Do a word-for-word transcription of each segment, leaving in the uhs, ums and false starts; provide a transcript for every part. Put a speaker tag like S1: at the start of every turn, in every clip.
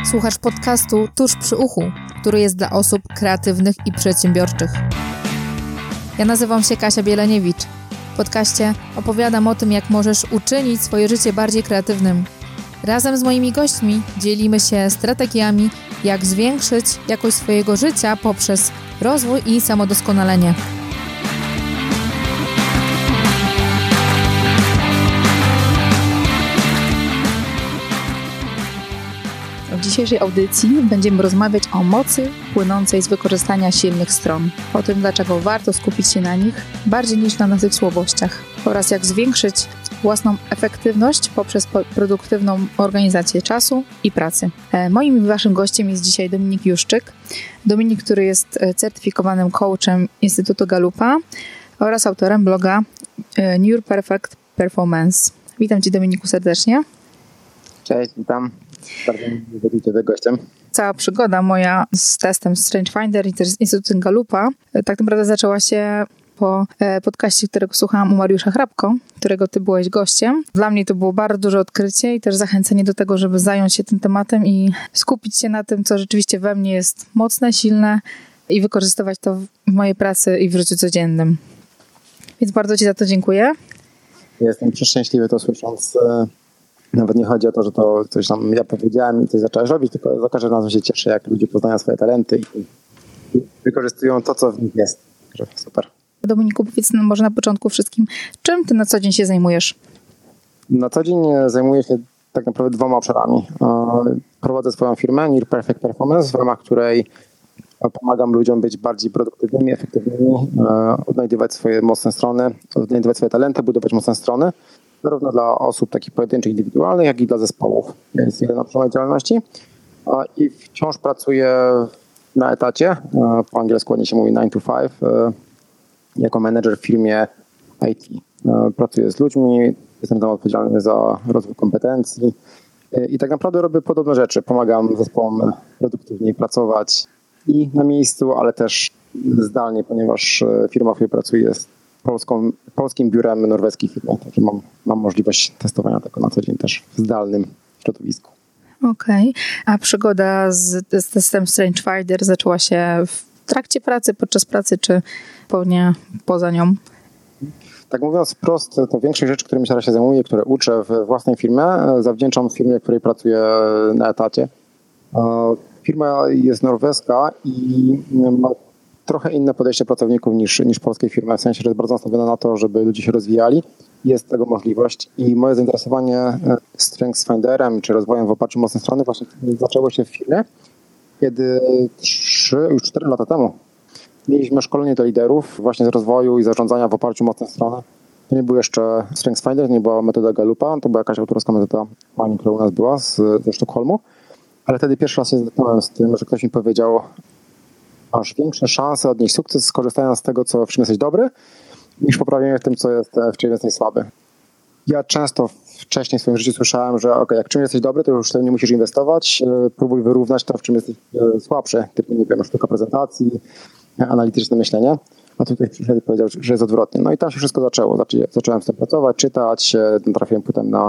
S1: Słuchasz podcastu Tuż przy uchu, który jest dla osób kreatywnych i przedsiębiorczych. Ja nazywam się Kasia Bieleniewicz. W podcaście opowiadam o tym, jak możesz uczynić swoje życie bardziej kreatywnym. Razem z moimi gośćmi dzielimy się strategiami, jak zwiększyć jakość swojego życia poprzez rozwój i samodoskonalenie. W dzisiejszej audycji będziemy rozmawiać o mocy płynącej z wykorzystania silnych stron, o tym, dlaczego warto skupić się na nich bardziej niż na naszych słabościach oraz jak zwiększyć własną efektywność poprzez produktywną organizację czasu i pracy. Moim i waszym gościem jest dzisiaj Dominik Juszczyk. Dominik, który jest certyfikowanym coachem Instytutu Gallupa oraz autorem bloga Near Perfect Performance. Witam cię, Dominiku, serdecznie.
S2: Cześć, witam. Bardzo miło być tutaj gościem.
S1: Cała przygoda moja z testem Strange Finder i też z Instytutem Gallupa tak naprawdę zaczęła się po podcaście, którego słuchałam u Mariusza Hrabko, którego ty byłeś gościem. Dla mnie to było bardzo duże odkrycie i też zachęcenie do tego, żeby zająć się tym tematem i skupić się na tym, co rzeczywiście we mnie jest mocne, silne i wykorzystywać to w mojej pracy i w życiu codziennym. Więc bardzo ci za to dziękuję.
S2: Jestem przeszczęśliwy to słysząc. Nawet nie chodzi o to, że to coś tam ja powiedziałem i coś zacząłeś robić, tylko za każdym razem się cieszę, jak ludzie poznają swoje talenty i wykorzystują to, co w nich jest. Super.
S1: Dominiku, powiedz nam może na początku wszystkim, czym ty na co dzień się zajmujesz?
S2: Na co dzień zajmuję się tak naprawdę dwoma obszarami. Prowadzę swoją firmę Near Perfect Performance, w ramach której pomagam ludziom być bardziej produktywnymi, efektywnymi, odnajdywać swoje mocne strony, odnajdywać swoje talenty, budować mocne strony, zarówno dla osób takich pojedynczych, indywidualnych, jak i dla zespołów. Jest jeden obszar mojej działalności i wciąż pracuję na etacie, po angielsku ładnie się mówi nine to five, jako menedżer w firmie I T. Pracuję z ludźmi, jestem tam odpowiedzialny za rozwój kompetencji i tak naprawdę robię podobne rzeczy. Pomagam zespołom produktywniej pracować i na miejscu, ale też zdalnie, ponieważ firma, w której pracuję, jest polską, polskim biurem norweskiej firmy, także mam, mam możliwość testowania tego na co dzień też w zdalnym środowisku.
S1: Okej, okay. A przygoda z, z testem Strange Finder zaczęła się w trakcie pracy, podczas pracy, czy pewnie poza nią?
S2: Tak mówiąc wprost, to większość rzeczy, którymi teraz się zajmuję, które uczę w własnej firmie, zawdzięczam firmie, w której pracuję na etacie. Firma jest norweska i ma trochę inne podejście pracowników niż, niż polskie firmy, w sensie, że jest bardzo nastawiona na to, żeby ludzie się rozwijali. Jest tego możliwość i moje zainteresowanie Strengths Finderem, czy rozwojem w oparciu o mocne strony właśnie zaczęło się w firmie, kiedy trzy, już cztery lata temu mieliśmy szkolenie dla liderów właśnie z rozwoju i zarządzania w oparciu o mocne strony. To nie był jeszcze Strengths Finder, nie była metoda Gallupa, to była jakaś autorska metoda pani, która u nas była z, ze Sztokholmu, ale wtedy pierwszy raz się zetknąłem z tym, że ktoś mi powiedział: masz większe szanse odnieść sukces, skorzystając z tego, co w czym jesteś dobry, niż poprawienie w tym, co jest, w czym jesteś słaby. Ja często wcześniej w swoim życiu słyszałem, że ok, jak w czym jesteś dobry, to już wtedy nie musisz inwestować, próbuj wyrównać to, w czym jesteś słabszy, typu, nie wiem, sztuka prezentacji, analityczne myślenie, a tutaj przyszedł i powiedział, że jest odwrotnie. No i tam się wszystko zaczęło. Zacząłem z tym pracować, czytać, trafiłem potem na,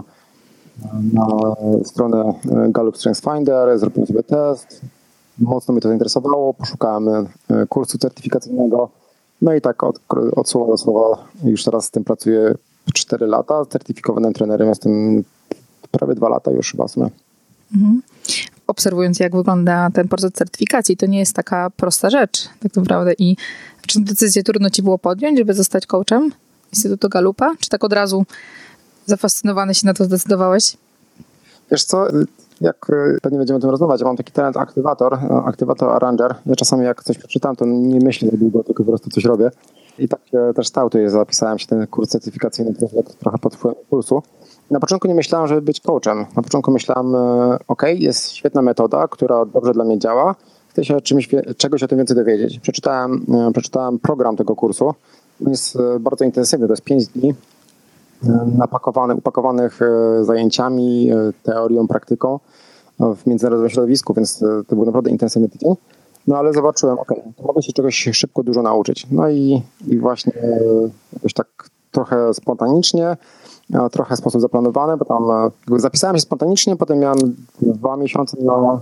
S2: na stronę Gallup Strengths Finder, zrobiłem sobie test, mocno mnie to zainteresowało, poszukałem kursu certyfikacyjnego, no i tak od, od słowa do słowa już teraz z tym pracuję cztery lata. Certyfikowanym trenerem jestem prawie dwa lata już chyba w sumie.
S1: Mhm. Obserwując, jak wygląda ten proces certyfikacji, to nie jest taka prosta rzecz tak naprawdę. I czy decyzję trudno ci było podjąć, żeby zostać coachem Instytutu Gallupa? Czy tak od razu zafascynowany się na to zdecydowałeś?
S2: Wiesz co, jak pewnie będziemy o tym rozmawiać, ja mam taki talent aktywator, aktywator arranger. Ja czasami jak coś przeczytam, to nie myślę za długo, tylko po prostu coś robię. I tak się też stało, to zapisałem się ten kurs certyfikacyjny trochę pod wpływem impulsu. Na początku nie myślałem, żeby być coachem. Na początku myślałem, ok, jest świetna metoda, która dobrze dla mnie działa. Chcę się czymś, czegoś o tym więcej dowiedzieć. Przeczytałem, przeczytałem program tego kursu. On jest bardzo intensywny, to jest pięć dni napakowany, upakowanych zajęciami, teorią, praktyką w międzynarodowym środowisku, więc to był naprawdę intensywny tydzień. No ale zobaczyłem, ok, to mogę się czegoś szybko dużo nauczyć. No i, i właśnie jakoś tak trochę spontanicznie, trochę w sposób zaplanowany, bo tam zapisałem się spontanicznie, potem miałem dwa miesiące na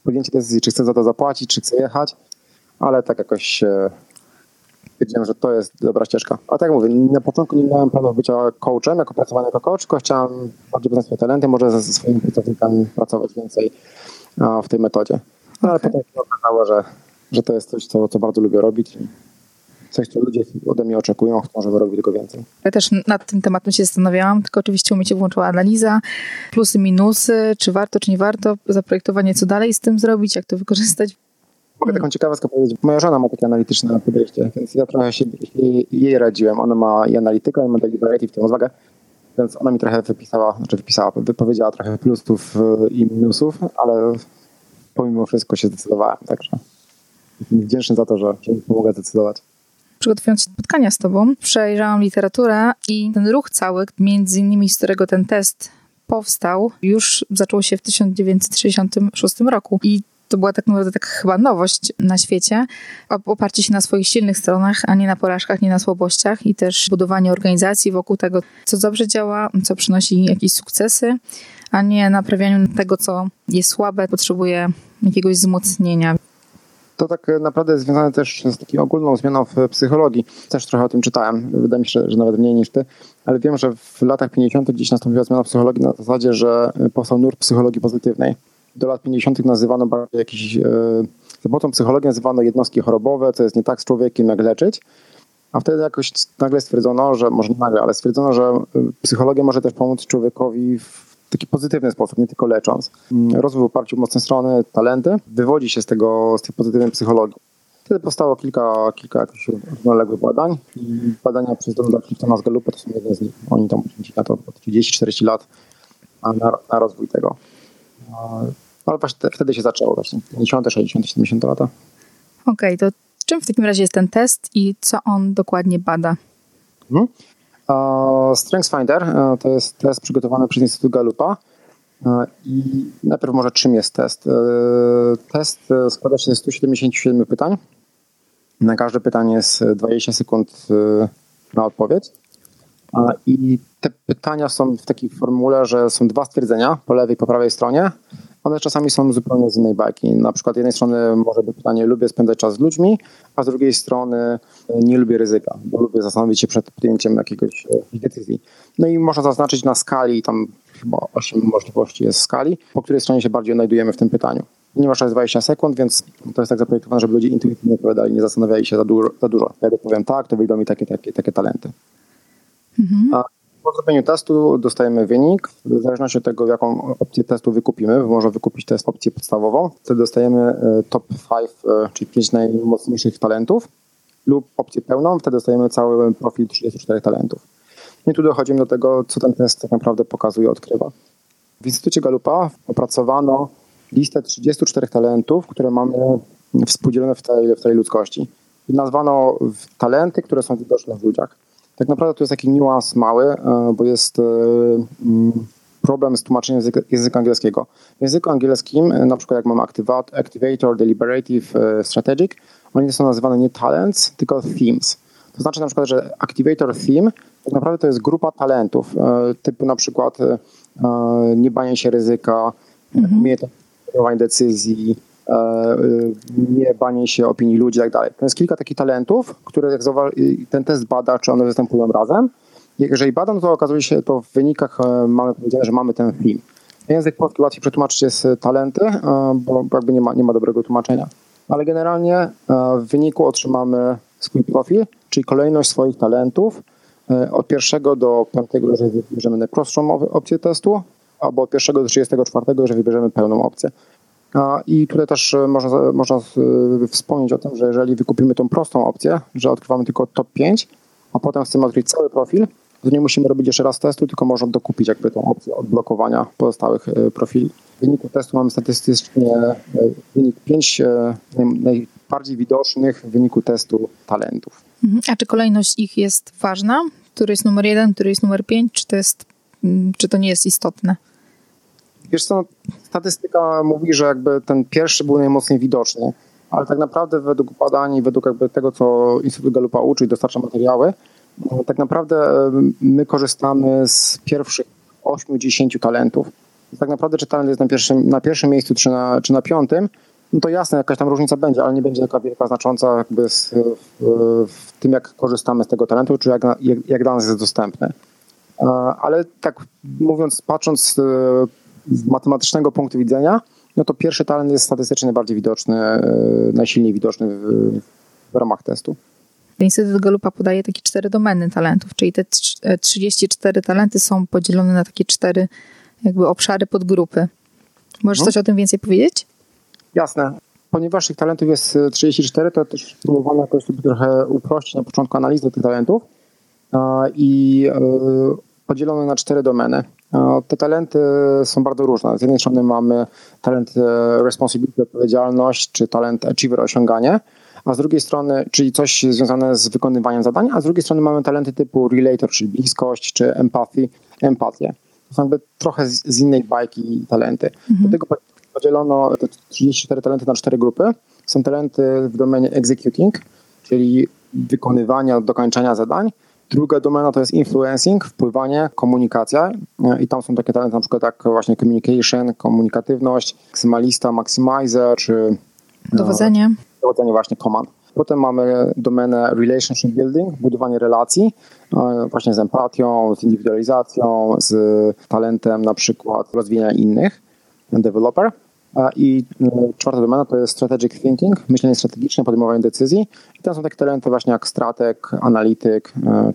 S2: podjęcie decyzji, czy chcę za to zapłacić, czy chcę jechać, ale tak jakoś e, stwierdziłem, że to jest dobra ścieżka. A tak jak mówię, na początku nie miałem planów bycia coachem, jako pracowania jako coach, tylko chciałem bardziej poznać swoje talenty, może ze, ze swoimi pracownikami pracować więcej a, w tej metodzie. No, ale okay. Potem się okazało, że, że to jest coś, co, co bardzo lubię robić. Coś, co ludzie ode mnie oczekują, chcą, żeby robić tego więcej.
S1: Ja też nad tym tematem się zastanawiałam, tylko oczywiście u mnie się włączyła analiza, plusy, minusy, czy warto, czy nie warto, zaprojektowanie, co dalej z tym zrobić, jak to wykorzystać.
S2: Mogę taką ciekawostkę powiedzieć. Moja żona ma takie analityczne podejście, więc ja trochę się jej radziłem. Ona ma i analitykę, i ma deliberative, tę rozwagę, więc ona mi trochę wypisała, znaczy wypisała, wypowiedziała trochę plusów i minusów, ale pomimo wszystko się zdecydowałem, także jestem wdzięczny za to, że mi pomogła zdecydować.
S1: Przygotowując się do spotkania z tobą, przejrzałam literaturę i ten ruch cały, między innymi z którego ten test powstał, już zaczął się w tysiąc dziewięćset sześćdziesiątym szóstym roku i to była tak naprawdę taka chyba nowość na świecie. Oparcie się na swoich silnych stronach, a nie na porażkach, nie na słabościach i też budowanie organizacji wokół tego, co dobrze działa, co przynosi jakieś sukcesy, a nie naprawianiu tego, co jest słabe, potrzebuje jakiegoś wzmocnienia.
S2: To tak naprawdę jest związane też z taką ogólną zmianą w psychologii. Też trochę o tym czytałem. Wydaje mi się, że nawet mniej niż ty. Ale wiem, że w latach pięćdziesiątych gdzieś nastąpiła zmiana w psychologii na zasadzie, że powstał nurt psychologii pozytywnej. Do lat pięćdziesiątych nazywano bardziej jakiś... Yy, za pomocą psychologii nazywano jednostki chorobowe, co jest nie tak z człowiekiem, jak leczyć. A wtedy jakoś nagle stwierdzono, że... Może nie nagle, ale stwierdzono, że psychologia może też pomóc człowiekowi w taki pozytywny sposób, nie tylko lecząc. Rozwój w oparciu o mocne strony, talenty wywodzi się z tego, z tej pozytywnej psychologii. Wtedy powstało kilka, kilka jakichś równoległych badań i badania przez Donalda Cliftona z Gallupa to są jedne z nich. Oni tam poświęcili na to trzydzieści czterdzieści lat na, na rozwój tego. Ale właśnie wtedy się zaczęło właśnie, pięćdziesiąte, sześćdziesiąte, siedemdziesiąte lata.
S1: Okej, okay, to czym w takim razie jest ten test i co on dokładnie bada?
S2: Hmm. Uh, StrengthsFinder uh, to jest test przygotowany przez Instytut Gallupa uh, i najpierw może czym jest test. Uh, test uh, składa się ze stu siedemdziesięciu siedmiu pytań. Na każde pytanie jest dwadzieścia sekund uh, na odpowiedź. Uh, I te pytania są w takiej formule, że są dwa stwierdzenia po lewej i po prawej stronie. One czasami są zupełnie z innej bajki. Na przykład z jednej strony może być pytanie, lubię spędzać czas z ludźmi, a z drugiej strony nie lubię ryzyka, bo lubię zastanowić się przed podjęciem jakiejś decyzji. No i można zaznaczyć na skali, tam chyba osiem możliwości jest skali, po której stronie się bardziej odnajdujemy w tym pytaniu. Ponieważ to jest dwadzieścia sekund, więc to jest tak zaprojektowane, żeby ludzie intuicyjnie odpowiadali, nie zastanawiali się za dużo. Za dużo. Jak odpowiem tak, to wyjdą mi takie, takie, takie talenty. Mhm. A po zrobieniu testu dostajemy wynik. W zależności od tego, jaką opcję testu wykupimy, bo można wykupić test opcję podstawową, wtedy dostajemy top pięć, czyli pięć najmocniejszych talentów, lub opcję pełną, wtedy dostajemy cały profil trzydziestu czterech talentów. I tu dochodzimy do tego, co ten test tak naprawdę pokazuje, odkrywa. W Instytucie Gallupa opracowano listę trzydziestu czterech talentów, które mamy współdzielone w tej, w tej ludzkości. I nazwano talenty, które są widoczne w ludziach. Tak naprawdę to jest taki niuans mały, bo jest problem z tłumaczeniem języka, języka angielskiego. W języku angielskim, na przykład jak mamy activator, deliberative, strategic, oni są nazywane nie talents, tylko themes. To znaczy na przykład, że activator theme tak naprawdę to jest grupa talentów, typu na przykład nie banie się ryzyka, mhm. umiejętność podejmowania decyzji, nie banie się opinii ludzi i tak dalej. To jest kilka takich talentów, które jak zauważy, ten test bada, czy one występują razem. Jeżeli badam, to okazuje się, to w wynikach mamy powiedziane, że mamy ten theme. Język polski łatwiej przetłumaczyć jest talenty, bo jakby nie ma, nie ma dobrego tłumaczenia. Ale generalnie w wyniku otrzymamy swój profil, czyli kolejność swoich talentów. Od pierwszego do piątego, jeżeli wybierzemy najprostszą opcję testu, albo od pierwszego do trzydziestego czwartego, jeżeli wybierzemy pełną opcję. I tutaj też można, można wspomnieć o tym, że jeżeli wykupimy tą prostą opcję, że odkrywamy tylko top pięć, a potem chcemy odkryć cały profil, to nie musimy robić jeszcze raz testu, tylko można dokupić jakby tą opcję odblokowania pozostałych profili. W wyniku testu mamy statystycznie wynik pięć najbardziej widocznych w wyniku testu talentów.
S1: A czy kolejność ich jest ważna? Który jest numer jeden, który jest numer pięć? Czy to jest, czy to nie jest istotne?
S2: Wiesz co, statystyka mówi, że jakby ten pierwszy był najmocniej widoczny, ale tak naprawdę według badań i według jakby tego, co Instytut Gallupa uczy i dostarcza materiały, tak naprawdę my korzystamy z pierwszych ośmiu dziesięciu talentów. Tak naprawdę czy talent jest na pierwszym, na pierwszym miejscu, czy na, czy na piątym, no to jasne, jakaś tam różnica będzie, ale nie będzie taka wielka, znacząca jakby z, w, w tym, jak korzystamy z tego talentu, czy jak, jak, jak dla nas jest dostępny. Ale tak mówiąc, patrząc z matematycznego punktu widzenia, no to pierwszy talent jest statystycznie najbardziej widoczny, najsilniej widoczny w, w ramach testu.
S1: Instytut Gallupa podaje takie cztery domeny talentów, czyli te trzydzieści cztery talenty są podzielone na takie cztery jakby obszary podgrupy. Możesz hmm. coś o tym więcej powiedzieć?
S2: Jasne. Ponieważ tych talentów jest trzydzieści cztery, to też próbowano jakoś sobie trochę uprościć na początku analizy tych talentów i podzielone na cztery domeny. Te talenty są bardzo różne. Z jednej strony mamy talent responsibility, odpowiedzialność, czy talent achiever, osiąganie, a z drugiej strony, czyli coś związane z wykonywaniem zadań, a z drugiej strony mamy talenty typu relator, czyli bliskość, czy empathy, empatię. To są jakby trochę z, z innej bajki talenty. Mhm. Do tego podzielono te trzydzieści cztery talenty na cztery grupy. Są talenty w domenie executing, czyli wykonywania, dokończania zadań. Druga domena to jest influencing, wpływanie, komunikacja i tam są takie talenty na przykład jak właśnie communication, komunikatywność, maksymalista, maximizer, czy
S1: dowodzenie.
S2: No, dowodzenie właśnie command. Potem mamy domenę relationship building, budowanie relacji, właśnie z empatią, z indywidualizacją, z talentem na przykład rozwijania innych, developer. I czwarta domena to jest strategic thinking, myślenie strategiczne, podejmowanie decyzji. I tam są takie talenty właśnie jak strateg, analityk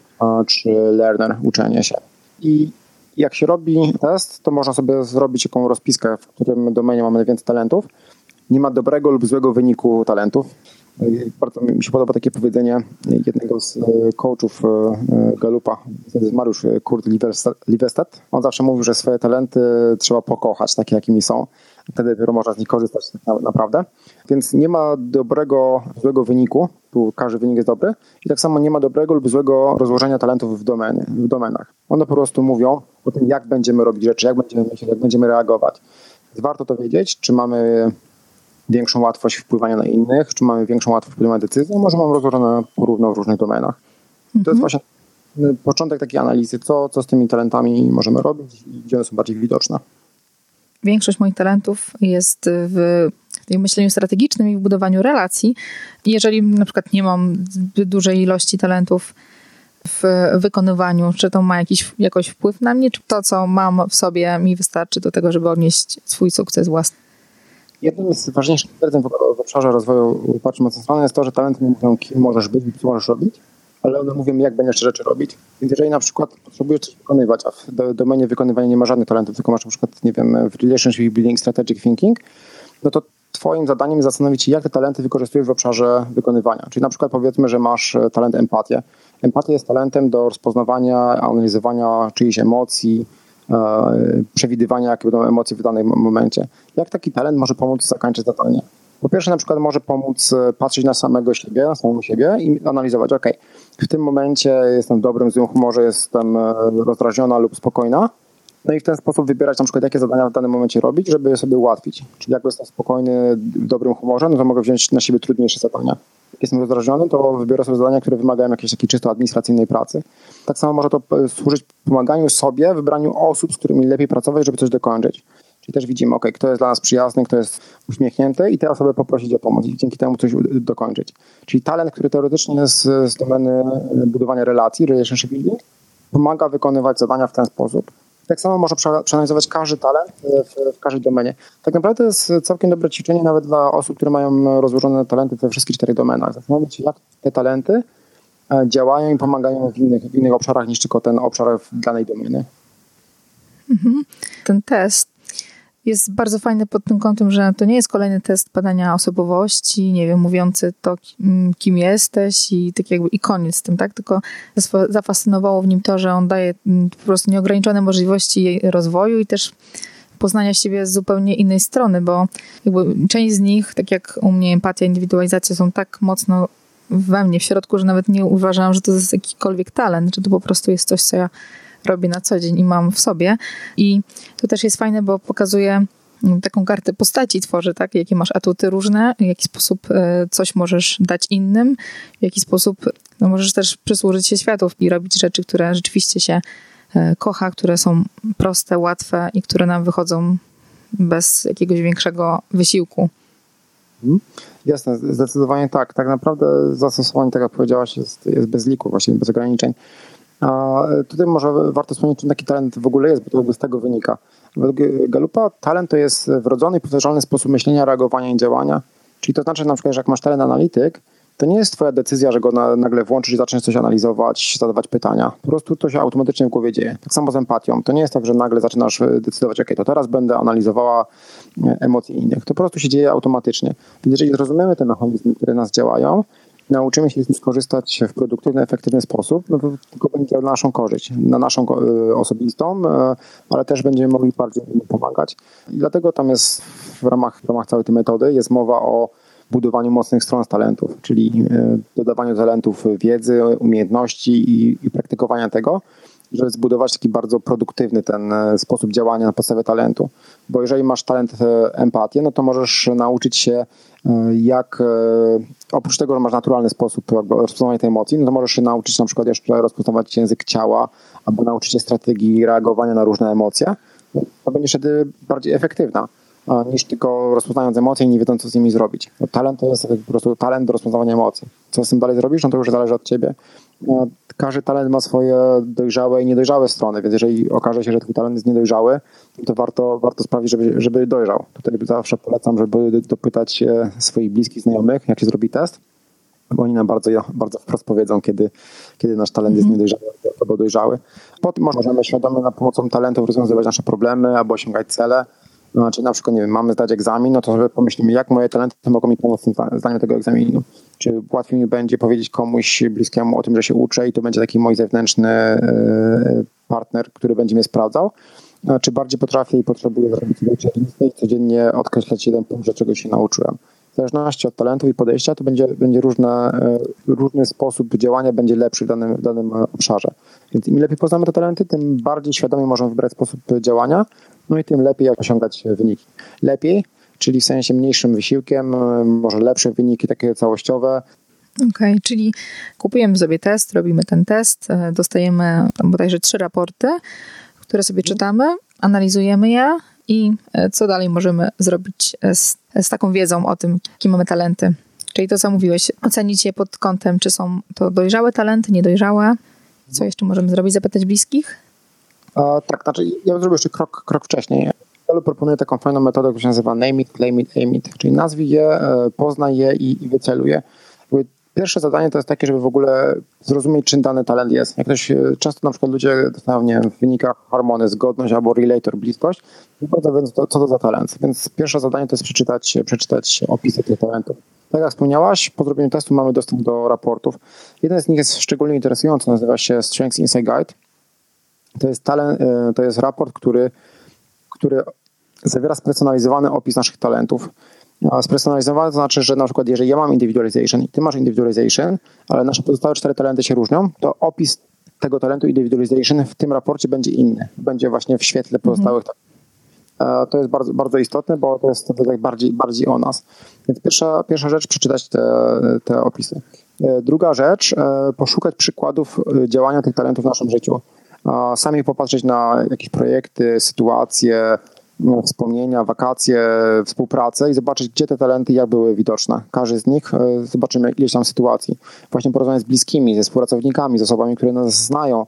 S2: czy learner, uczenie się. I jak się robi test, to można sobie zrobić taką rozpiskę, w którym domenie mamy najwięcej talentów. Nie ma dobrego lub złego wyniku talentów. Bardzo mi się podoba takie powiedzenie jednego z coachów Gallupa, to jest Mariusz Kurt Livestedt. On zawsze mówił, że swoje talenty trzeba pokochać, takie jakimi są. Wtedy dopiero można z nich korzystać tak naprawdę. Więc nie ma dobrego, złego wyniku. Tu każdy wynik jest dobry. I tak samo nie ma dobrego lub złego rozłożenia talentów w, domenie, w domenach. One po prostu mówią o tym, jak będziemy robić rzeczy, jak będziemy myśleć, jak będziemy reagować. Więc warto to wiedzieć, czy mamy większą łatwość wpływania na innych, czy mamy większą łatwość podejmowania decyzji, a może mamy rozłożone porówno w różnych domenach. Mhm. To jest właśnie początek takiej analizy, co, co z tymi talentami możemy robić i gdzie one są bardziej widoczne.
S1: Większość moich talentów jest w myśleniu strategicznym i w budowaniu relacji. Jeżeli na przykład nie mam zbyt dużej ilości talentów w wykonywaniu, czy to ma jakiś, jakoś wpływ na mnie, czy to, co mam w sobie, mi wystarczy do tego, żeby odnieść swój sukces własny.
S2: Jednym z ważniejszych stwierdzeń w obszarze rozwoju patrzy mocno strony jest to, że talenty nie mówią, kim możesz być i co możesz robić, ale one mówią, jak będziesz rzeczy robić. Więc jeżeli na przykład potrzebujesz coś wykonywać, a w domenie wykonywania nie ma żadnych talentów, tylko masz na przykład, nie wiem, w relationship building, strategic thinking, no to twoim zadaniem jest zastanowić się, jak te talenty wykorzystujesz w obszarze wykonywania. Czyli na przykład powiedzmy, że masz talent empatię. Empatia jest talentem do rozpoznawania, analizowania czyichś emocji, przewidywania, jakie będą emocje w danym momencie. Jak taki talent może pomóc zakończyć zadanie? Po pierwsze, na przykład może pomóc patrzeć na samego siebie, na samego siebie i analizować, ok, w tym momencie jestem w dobrym, złym humorze, jestem rozdrażniona lub spokojna, no i w ten sposób wybierać na przykład, jakie zadania w danym momencie robić, żeby je sobie ułatwić. Czyli jak jestem spokojny, w dobrym humorze, no to mogę wziąć na siebie trudniejsze zadania. Jak jestem rozdrażniony, to wybiorę sobie zadania, które wymagają jakiejś takiej czysto administracyjnej pracy. Tak samo może to służyć pomaganiu sobie, wybraniu osób, z którymi lepiej pracować, żeby coś dokończyć. Czyli też widzimy, ok, kto jest dla nas przyjazny, kto jest uśmiechnięty i te osoby poprosić o pomoc i dzięki temu coś dokończyć. Czyli talent, który teoretycznie jest z domeny budowania relacji, relationship building, pomaga wykonywać zadania w ten sposób. Tak samo można przeanalizować każdy talent w, w każdej domenie. Tak naprawdę to jest całkiem dobre ćwiczenie nawet dla osób, które mają rozłożone talenty we wszystkich czterech domenach. Zastanowić się, jak te talenty działają i pomagają w innych, w innych obszarach niż tylko ten obszar w danej domeny.
S1: Mhm. Ten test jest bardzo fajny pod tym kątem, że to nie jest kolejny test badania osobowości, nie wiem, mówiący to, kim jesteś i tak jakby i koniec z tym, tak? Tylko zafascynowało w nim to, że on daje po prostu nieograniczone możliwości rozwoju i też poznania siebie z zupełnie innej strony, bo jakby część z nich, tak jak u mnie empatia, indywidualizacja są tak mocno we mnie w środku, że nawet nie uważałam, że to jest jakikolwiek talent, że to po prostu jest coś, co ja robię na co dzień i mam w sobie. I to też jest fajne, bo pokazuje taką kartę postaci, tworzy, tak? Jakie masz atuty różne, w jaki sposób coś możesz dać innym, w jaki sposób no, możesz też przysłużyć się światu i robić rzeczy, które rzeczywiście się kocha, które są proste, łatwe i które nam wychodzą bez jakiegoś większego wysiłku.
S2: Jasne, zdecydowanie tak. Tak naprawdę zastosowanie, tak jak powiedziałaś, jest, jest bez liku, właśnie bez ograniczeń. A tutaj może warto wspomnieć, czym taki talent w ogóle jest, bo to z tego wynika. Według Gallupa talent to jest wrodzony i powtarzalny sposób myślenia, reagowania i działania. Czyli to znaczy, że na przykład, że jak masz talent analityk, to nie jest twoja decyzja, że go na, nagle włączysz i zaczniesz coś analizować, zadawać pytania. Po prostu to się automatycznie w głowie dzieje. Tak samo z empatią. To nie jest tak, że nagle zaczynasz decydować, ok, to teraz będę analizowała emocje innych. To po prostu się dzieje automatycznie. Więc jeżeli zrozumiemy te mechanizmy, które nas działają, nauczymy się z nich skorzystać w produktywny, efektywny sposób, no to tylko będzie na naszą korzyść, na naszą osobistą, ale też będziemy mogli bardziej im pomagać. I dlatego tam jest w ramach, w ramach całej tej metody jest mowa o budowaniu mocnych stron talentów, czyli dodawaniu talentów wiedzy, umiejętności i, i praktykowania tego, żeby zbudować taki bardzo produktywny ten sposób działania na podstawie talentu. Bo jeżeli masz talent empatię, no to możesz nauczyć się jak, oprócz tego, że masz naturalny sposób rozpoznawania tej emocji, no to możesz się nauczyć na przykład jeszcze rozpoznawać język ciała albo nauczyć się strategii reagowania na różne emocje. To będzie wtedy bardziej efektywna niż tylko rozpoznając emocje i nie wiedząc, co z nimi zrobić. Talent to jest po prostu talent do rozpoznawania emocji. Co z tym dalej zrobisz, no to już zależy od ciebie. Każdy talent ma swoje dojrzałe i niedojrzałe strony, więc jeżeli okaże się, że twój talent jest niedojrzały, to warto, warto sprawić, żeby, żeby dojrzał. Tutaj zawsze polecam, żeby dopytać swoich bliskich znajomych, jak się zrobi test, bo oni nam bardzo, bardzo wprost powiedzą, kiedy, kiedy nasz talent jest niedojrzały albo dojrzały. Potem możemy świadomie na pomocą talentów rozwiązywać nasze problemy albo osiągać cele. No, czyli na przykład, nie wiem, mamy zdać egzamin, no to sobie pomyślimy, jak moje talenty mogą mi pomóc w zdaniu tego egzaminu. Czy łatwiej mi będzie powiedzieć komuś bliskiemu o tym, że się uczę i to będzie taki mój zewnętrzny partner, który będzie mnie sprawdzał, czy bardziej potrafię i potrzebuję zrobić sobie checklistę i codziennie odkreślać jeden punkt, że czegoś się nauczyłem. W zależności od talentów i podejścia to będzie, będzie różne, różny sposób działania będzie lepszy w danym, w danym obszarze. Więc im lepiej poznamy te talenty, tym bardziej świadomie możemy wybrać sposób działania, no i tym lepiej jak osiągać wyniki. Lepiej, czyli w sensie mniejszym wysiłkiem, może lepsze wyniki takie całościowe.
S1: Okej, okay, czyli kupujemy sobie test, robimy ten test, dostajemy tam bodajże trzy raporty, które sobie czytamy, analizujemy je i co dalej możemy zrobić z, z taką wiedzą o tym, jakie mamy talenty. Czyli to, co mówiłeś, ocenić je pod kątem, czy są to dojrzałe talenty, niedojrzałe. Co jeszcze możemy zrobić? Zapytać bliskich?
S2: A, tak, znaczy ja bym zrobił jeszcze krok, krok wcześniej. Ja proponuję taką fajną metodę, która się nazywa name it, claim it, aim it, czyli nazwij je, poznaj je i, i wyceluj je. Pierwsze zadanie to jest takie, żeby w ogóle zrozumieć, czym dany talent jest. Jak ktoś, często na przykład ludzie dostają, nie wiem, w wynikach hormony, zgodność albo relator, bliskość, nie bardzo wiedzą, co to za talent. Więc pierwsze zadanie to jest przeczytać, przeczytać opisy tych talentów. Tak jak wspomniałaś, po zrobieniu testu mamy dostęp do raportów. Jeden z nich jest szczególnie interesujący, nazywa się Strengths Insight Guide. To jest, talent, to jest raport, który, który zawiera spersonalizowany opis naszych talentów. A spersonalizowany to znaczy, że na przykład jeżeli ja mam individualization i ty masz individualization, ale nasze pozostałe cztery talenty się różnią, to opis tego talentu individualization w tym raporcie będzie inny. Będzie właśnie w świetle pozostałych talentów. To jest bardzo, bardzo istotne, bo to jest tak bardziej, bardziej o nas. Więc pierwsza, pierwsza rzecz, przeczytać te, te opisy. Druga rzecz, poszukać przykładów działania tych talentów w naszym życiu. Sami popatrzeć na jakieś projekty, sytuacje, wspomnienia, wakacje, współpracę i zobaczyć, gdzie te talenty jak były widoczne. Każdy z nich zobaczymy ileś tam sytuacji. Właśnie porozmawiać z bliskimi, ze współpracownikami, z osobami, które nas znają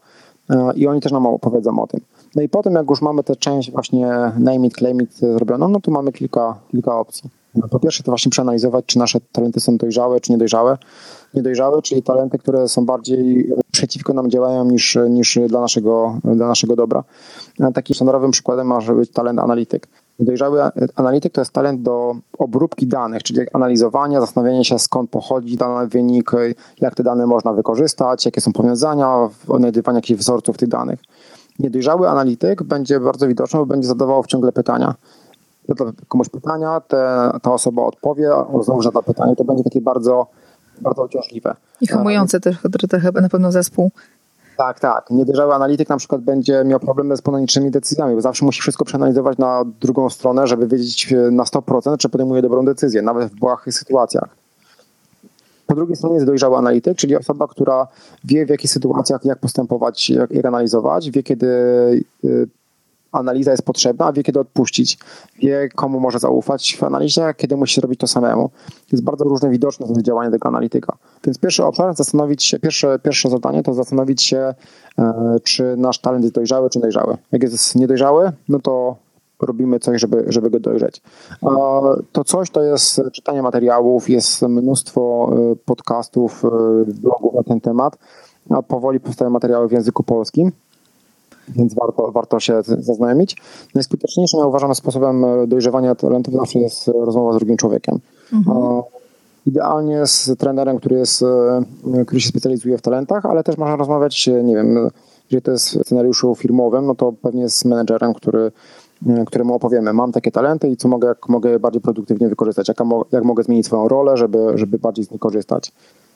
S2: i oni też nam opowiedzą o tym. No i potem, jak już mamy tę część właśnie name it, claim it zrobioną, no to mamy kilka, kilka opcji. No, po pierwsze to właśnie przeanalizować, czy nasze talenty są dojrzałe, czy niedojrzałe. Niedojrzałe, czyli talenty, które są bardziej przeciwko nam działają niż, niż dla, naszego, dla naszego dobra. Takim sztandarowym przykładem może być talent analityk. Dojrzały analityk to jest talent do obróbki danych, czyli analizowania, zastanawiania się, skąd pochodzi dany wynik, jak te dane można wykorzystać, jakie są powiązania, odnajdywania jakichś wzorców tych danych. Niedojrzały analityk będzie bardzo widoczny, bo będzie zadawał ciągle pytania. Zada komuś pytania, te, ta osoba odpowie, on znowu zada pytanie. To będzie takie bardzo, bardzo uciążliwe.
S1: I hamujące też trochę na pewno zespół.
S2: Tak, tak. Niedojrzały analityk na przykład będzie miał problemy z spontanicznymi decyzjami, bo zawsze musi wszystko przeanalizować na drugą stronę, żeby wiedzieć na sto procent, czy podejmuje dobrą decyzję, nawet w błahych sytuacjach. Po drugiej stronie jest dojrzały analityk, czyli osoba, która wie w jakich sytuacjach, jak postępować, jak, jak analizować, wie kiedy y, analiza jest potrzebna, wie kiedy odpuścić, wie komu może zaufać w analizie, kiedy musi robić to samemu. Jest bardzo różne widoczne działanie tego analityka. Więc pierwszy obszar, zastanowić się, pierwsze, pierwsze zadanie to zastanowić się, e, czy nasz talent jest dojrzały, czy dojrzały. Jak jest niedojrzały, no to robimy coś, żeby, żeby go dojrzeć. E, to coś to jest czytanie materiałów, jest mnóstwo podcastów, blogów na ten temat, a powoli powstają materiały w języku polskim. Więc warto, warto się zaznajomić. Najskuteczniejszym, ja uważam, sposobem dojrzewania talentów zawsze jest rozmowa z drugim człowiekiem. Mhm. Idealnie z trenerem, który, jest, który się specjalizuje w talentach, ale też można rozmawiać, nie wiem, jeżeli to jest w scenariuszu firmowym, no to pewnie z menedżerem, który, któremu opowiemy, mam takie talenty i co mogę, jak mogę je bardziej produktywnie wykorzystać, jak, jak mogę zmienić swoją rolę, żeby, żeby bardziej z niej korzystać.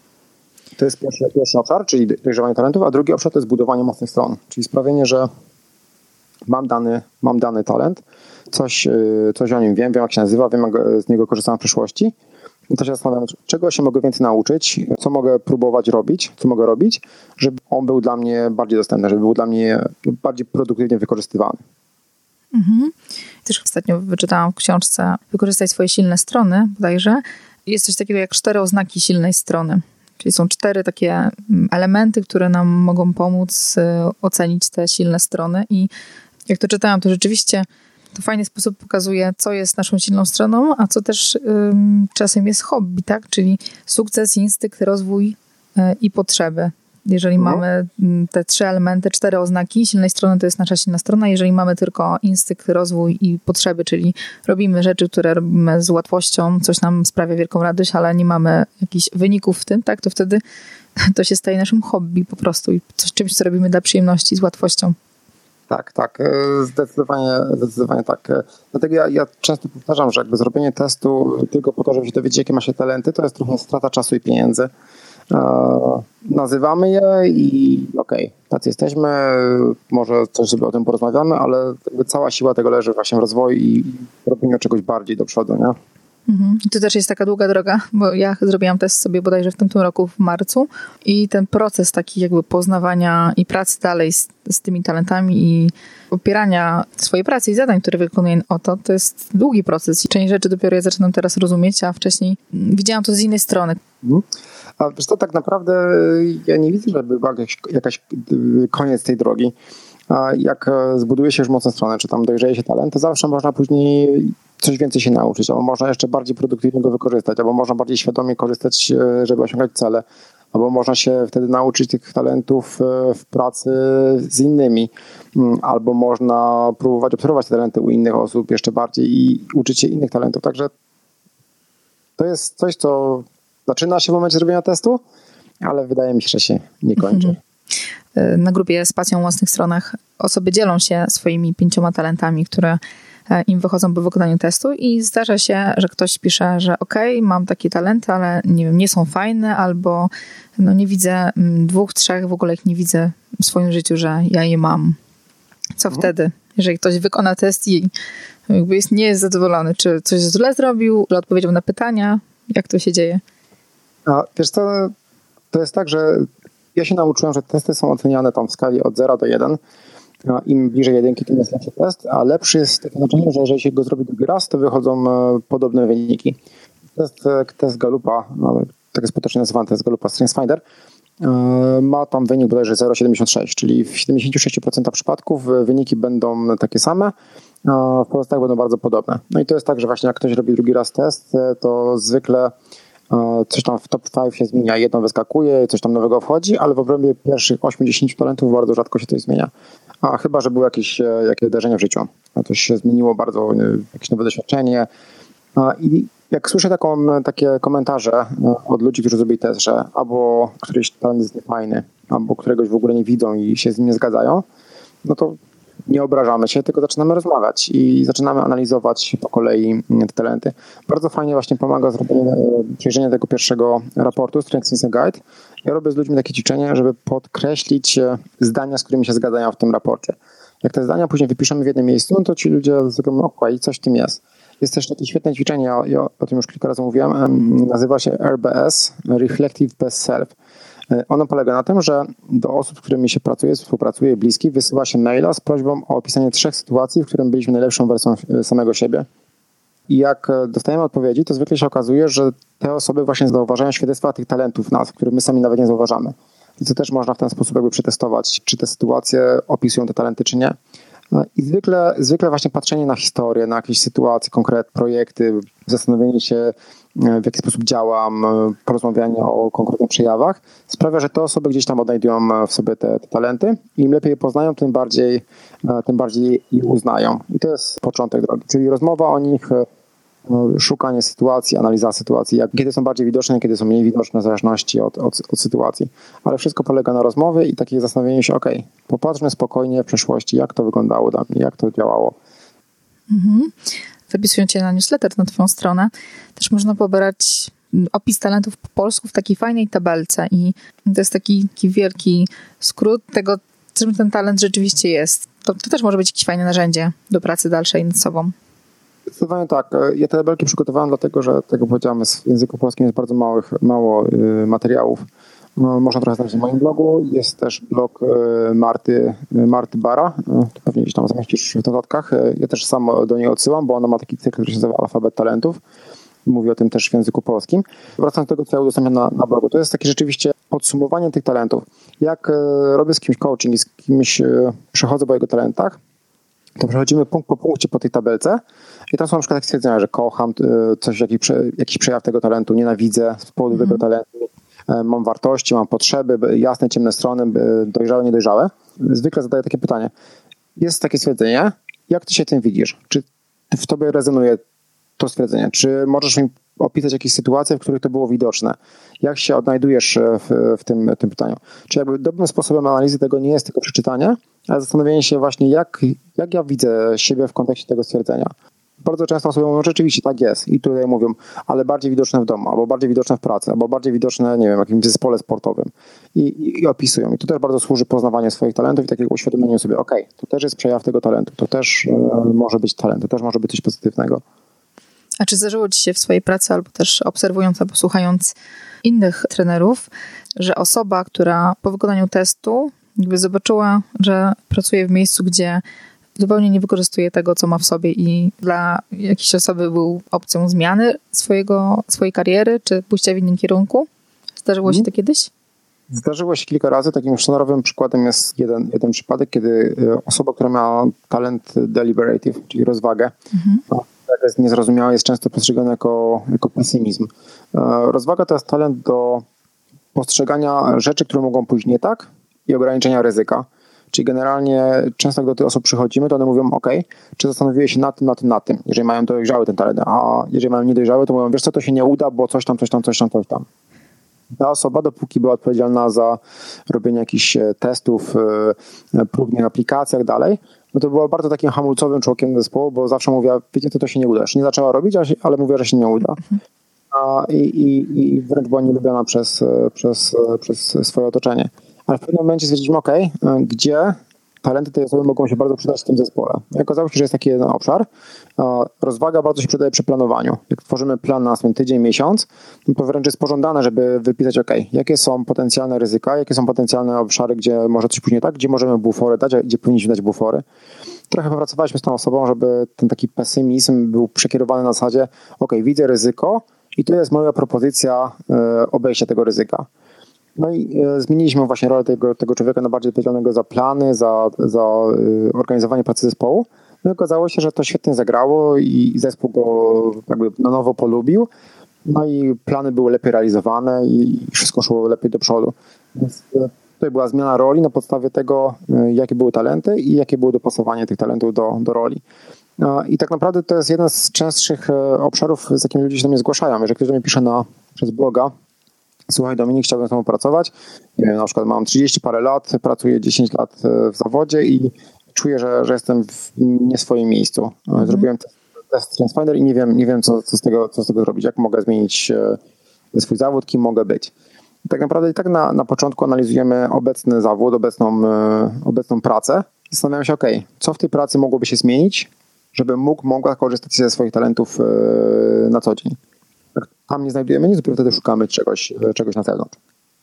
S2: To jest pierwszy, pierwszy obszar, czyli dojrzewanie talentów, a drugi obszar to jest budowanie mocnych stron, czyli sprawienie, że mam dany, mam dany talent, coś, coś o nim wiem, wiem jak się nazywa, wiem jak z niego korzystałem w przeszłości i to się zastanawiam, czego się mogę więcej nauczyć, co mogę próbować robić, co mogę robić, żeby on był dla mnie bardziej dostępny, żeby był dla mnie bardziej produktywnie wykorzystywany.
S1: Mhm. Też ostatnio wyczytałam w książce Wykorzystaj swoje silne strony, bodajże. Jest coś takiego jak cztery oznaki silnej strony. Czyli są cztery takie elementy, które nam mogą pomóc ocenić te silne strony i jak to czytałam, to rzeczywiście to w fajny sposób pokazuje, co jest naszą silną stroną, a co też ym, czasem jest hobby, tak? Czyli sukces, instynkt, rozwój yy, i potrzeby. Jeżeli no. mamy te trzy elementy, cztery oznaki, silnej strony to jest nasza silna strona. Jeżeli mamy tylko instynkt, rozwój i potrzeby, czyli robimy rzeczy, które robimy z łatwością, coś nam sprawia wielką radość, ale nie mamy jakichś wyników w tym, tak, to wtedy to się staje naszym hobby po prostu i coś, czymś, co robimy dla przyjemności, z łatwością.
S2: Tak, tak, zdecydowanie, zdecydowanie tak. Dlatego ja, ja często powtarzam, że jakby zrobienie testu tylko po to, żeby się dowiedzieć, jakie ma się talenty, to jest trochę strata czasu i pieniędzy. Nazywamy je i okej, okay, tacy jesteśmy, może coś sobie o tym porozmawiamy, ale jakby cała siła tego leży właśnie w rozwoju i robieniu czegoś bardziej do przodu, nie?
S1: Mhm. To też jest taka długa droga, bo ja zrobiłam test sobie bodajże w tym, tym roku w marcu i ten proces taki jakby poznawania i pracy dalej z, z tymi talentami i opierania swojej pracy i zadań, które wykonuję o to, to jest długi proces i część rzeczy dopiero ja zaczynam teraz rozumieć, a wcześniej widziałam to z innej strony.
S2: Mhm. A wiesz co, tak naprawdę ja nie widzę, żeby był jakaś, jakaś koniec tej drogi. A jak zbuduje się już mocną stronę, czy tam dojrzeje się talent, to zawsze można później coś więcej się nauczyć, albo można jeszcze bardziej produktywnie go wykorzystać, albo można bardziej świadomie korzystać, żeby osiągać cele, albo można się wtedy nauczyć tych talentów w pracy z innymi, albo można próbować obserwować te talenty u innych osób jeszcze bardziej i uczyć się innych talentów. Także to jest coś, co zaczyna się w momencie zrobienia testu, ale wydaje mi się, że się nie kończy.
S1: Na grupie z Pacją o Mocnych Stronach osoby dzielą się swoimi pięcioma talentami, które im wychodzą po wykonaniu testu i zdarza się, że ktoś pisze, że okej, okay, mam takie talenty, ale nie wiem, nie są fajne albo no nie widzę dwóch, trzech, w ogóle ich nie widzę w swoim życiu, że ja je mam. Co mhm. wtedy? Jeżeli ktoś wykona test i jakby jest, nie jest zadowolony, czy coś źle zrobił, że odpowiedział na pytania, jak to się dzieje?
S2: A wiesz co, to jest tak, że ja się nauczyłem, że testy są oceniane tam w skali od zera do jeden. Im bliżej jedynki, tym jest lepszy test, a lepszy jest takie znaczenie, że jeżeli się go zrobi drugi raz, to wychodzą podobne wyniki. Test, test Gallupa, tak jest potocznie nazywany test Gallupa StrengthsFinder, ma tam wynik bodajże zero przecinek siedemdziesiąt sześć, czyli w siedemdziesiąt sześć procent przypadków wyniki będą takie same, a w pozostałych będą bardzo podobne. No i to jest tak, że właśnie jak ktoś robi drugi raz test, to zwykle coś tam w top pięć się zmienia, jedno wyskakuje, coś tam nowego wchodzi, ale w obrębie pierwszych osiem do dziesięciu talentów bardzo rzadko się coś zmienia. A chyba, że było jakieś, jakieś wydarzenie w życiu. A to się zmieniło bardzo, jakieś nowe doświadczenie. I jak słyszę taką, takie komentarze od ludzi, którzy zrobili test, że albo któryś talent jest niefajny, albo któregoś w ogóle nie widzą i się z nim nie zgadzają, no to nie obrażamy się, tylko zaczynamy rozmawiać i zaczynamy analizować po kolei te talenty. Bardzo fajnie właśnie pomaga zrobienie, przejrzenie tego pierwszego raportu Strengths Guide. Ja robię z ludźmi takie ćwiczenie, żeby podkreślić zdania, z którymi się zgadzają w tym raporcie. Jak te zdania później wypiszemy w jednym miejscu, no to ci ludzie zrobią, okej, coś w tym jest. Jest też takie świetne ćwiczenie, ja, ja o tym już kilka razy mówiłem, nazywa się R B S, Reflective Best Self. Ono polega na tym, że do osób, z którymi się pracuje, współpracuje, bliskich, wysyła się maila z prośbą o opisanie trzech sytuacji, w którym byliśmy najlepszą wersją samego siebie. I jak dostajemy odpowiedzi, to zwykle się okazuje, że te osoby właśnie zauważają świadectwa tych talentów nas, których my sami nawet nie zauważamy. I to też można w ten sposób jakby przetestować, czy te sytuacje opisują te talenty, czy nie. I zwykle, zwykle właśnie patrzenie na historię, na jakieś sytuacje, konkretne projekty, zastanowienie się, w jaki sposób działam, porozmawianie o konkretnych przejawach sprawia, że te osoby gdzieś tam odnajdują w sobie te, te talenty i im lepiej je poznają, tym bardziej, tym bardziej ich uznają. I to jest początek drogi, czyli rozmowa o nich, szukanie sytuacji, analiza sytuacji, jak, kiedy są bardziej widoczne, kiedy są mniej widoczne w zależności od, od, od sytuacji. Ale wszystko polega na rozmowie i takie zastanowienie się, ok, popatrzmy spokojnie w przeszłości, jak to wyglądało dla mnie, jak to działało.
S1: Mhm. Zapisując się na newsletter na twoją stronę, też można pobrać opis talentów po polsku w takiej fajnej tabelce i to jest taki, taki wielki skrót tego, czym ten talent rzeczywiście jest. To, to też może być jakieś fajne narzędzie do pracy dalszej nad sobą.
S2: Zdecydowanie tak. Ja te tabelki przygotowałem dlatego, że, tak jak powiedziałem, w języku polskim jest bardzo małych, mało y, materiałów. No, można trochę znaleźć na moim blogu. Jest też blog y, Marty, y, Marty Bara. Y, pewnie gdzieś tam zamieścisz w notatkach. Y, ja też sam do niej odsyłam, bo ona ma taki cykl, który się nazywa Alfabet Talentów. Mówi o tym też w języku polskim. Wracając do tego, co ja udostępniam na, na blogu, to jest takie rzeczywiście podsumowanie tych talentów. Jak y, robię z kimś coaching i z kimś y, przechodzę po jego talentach, to przechodzimy punkt po punkcie po tej tabelce i tam są na przykład takie stwierdzenia, że kocham coś, jakiś, jakiś przejaw tego talentu, nienawidzę z powodu mm. tego talentu, mam wartości, mam potrzeby, jasne, ciemne strony, dojrzałe, niedojrzałe. Zwykle zadaję takie pytanie. Jest takie stwierdzenie, jak ty się tym widzisz? Czy w tobie rezonuje to stwierdzenie? Czy możesz mi opisać jakieś sytuacje, w których to było widoczne? Jak się odnajdujesz w, w tym, tym pytaniu? Czy jakby dobrym sposobem analizy tego nie jest tylko przeczytanie, ale zastanowienie się właśnie, jak, jak ja widzę siebie w kontekście tego stwierdzenia. Bardzo często osoby mówią, rzeczywiście tak jest i tutaj mówią, ale bardziej widoczne w domu, albo bardziej widoczne w pracy, albo bardziej widoczne, nie wiem, w jakimś zespole sportowym i, i, i opisują. I to też bardzo służy poznawanie swoich talentów i takiego uświadomieniu sobie, okej, okay, to też jest przejaw tego talentu, to też e, może być talent, to też może być coś pozytywnego.
S1: A czy zdarzyło ci się w swojej pracy, albo też obserwując, albo słuchając innych trenerów, że osoba, która po wykonaniu testu jakby zobaczyła, że pracuje w miejscu, gdzie zupełnie nie wykorzystuje tego, co ma w sobie i dla jakiejś osoby był opcją zmiany swojego, swojej kariery, czy pójścia w innym kierunku? Zdarzyło się to kiedyś?
S2: Zdarzyło się kilka razy. Takim sztandarowym przykładem jest jeden, jeden przypadek, kiedy osoba, która miała talent deliberative, czyli rozwagę, mhm. jest niezrozumiała, jest często postrzegana jako, jako pesymizm. Rozwaga to jest talent do postrzegania rzeczy, które mogą pójść nie tak i ograniczenia ryzyka. Czyli generalnie często jak do tych osób przychodzimy, to one mówią, ok, czy zastanowiły się na tym, na tym, na tym, jeżeli mają dojrzały ten talent, a jeżeli mają niedojrzały, to mówią, wiesz co, to się nie uda, bo coś tam, coś tam, coś tam, coś tam. Ta osoba, dopóki była odpowiedzialna za robienie jakichś testów, próbnych aplikacjach dalej, no to była bardzo takim hamulcowym członkiem zespołu, bo zawsze mówiła, wiecie, to, to się nie uda. Jeszcze nie zaczęła robić, ale mówiła, że się nie uda. A, i, i, I wręcz była nielubiona przez, przez, przez swoje otoczenie. Ale w pewnym momencie stwierdziliśmy, ok, gdzie talenty tej osoby mogą się bardzo przydać w tym zespole. I okazało się, że jest taki jeden obszar. Rozwaga bardzo się przydaje przy planowaniu. Jak tworzymy plan na następny tydzień, miesiąc, to wręcz jest pożądane, żeby wypisać, ok, jakie są potencjalne ryzyka, jakie są potencjalne obszary, gdzie może coś później tak, gdzie możemy bufory dać, a gdzie powinniśmy dać bufory. Trochę popracowaliśmy z tą osobą, żeby ten taki pesymizm był przekierowany na zasadzie, ok, widzę ryzyko i to jest moja propozycja obejścia tego ryzyka. No i e, zmieniliśmy właśnie rolę tego, tego człowieka na bardziej odpowiedzialnego za plany, za, za y, organizowanie pracy zespołu. No i okazało się, że to świetnie zagrało i zespół go jakby na nowo polubił. No i plany były lepiej realizowane i wszystko szło lepiej do przodu. Więc e, tutaj była zmiana roli na podstawie tego, e, jakie były talenty i jakie było dopasowanie tych talentów do, do roli. No, i tak naprawdę to jest jeden z częstszych e, obszarów, z jakimi ludzie się do mnie zgłaszają. Jeżeli ktoś do mnie pisze na, przez bloga, słuchaj Dominik, chciałbym z tobą pracować. Nie wiem, na przykład mam trzydzieści parę lat, pracuję dziesięć lat w zawodzie i czuję, że, że jestem w nie swoim miejscu. Mhm. Zrobiłem test, test StrengthsFinder i nie wiem, nie wiem co, co, z tego, co z tego zrobić, jak mogę zmienić swój zawód, kim mogę być. I tak naprawdę i tak na, na początku analizujemy obecny zawód, obecną, obecną pracę. Zastanawiam się, ok, co w tej pracy mogłoby się zmienić, żeby mógł, mogła korzystać ze swoich talentów na co dzień. Jak tam nie znajdujemy nic, dopiero wtedy szukamy czegoś, czegoś na zewnątrz.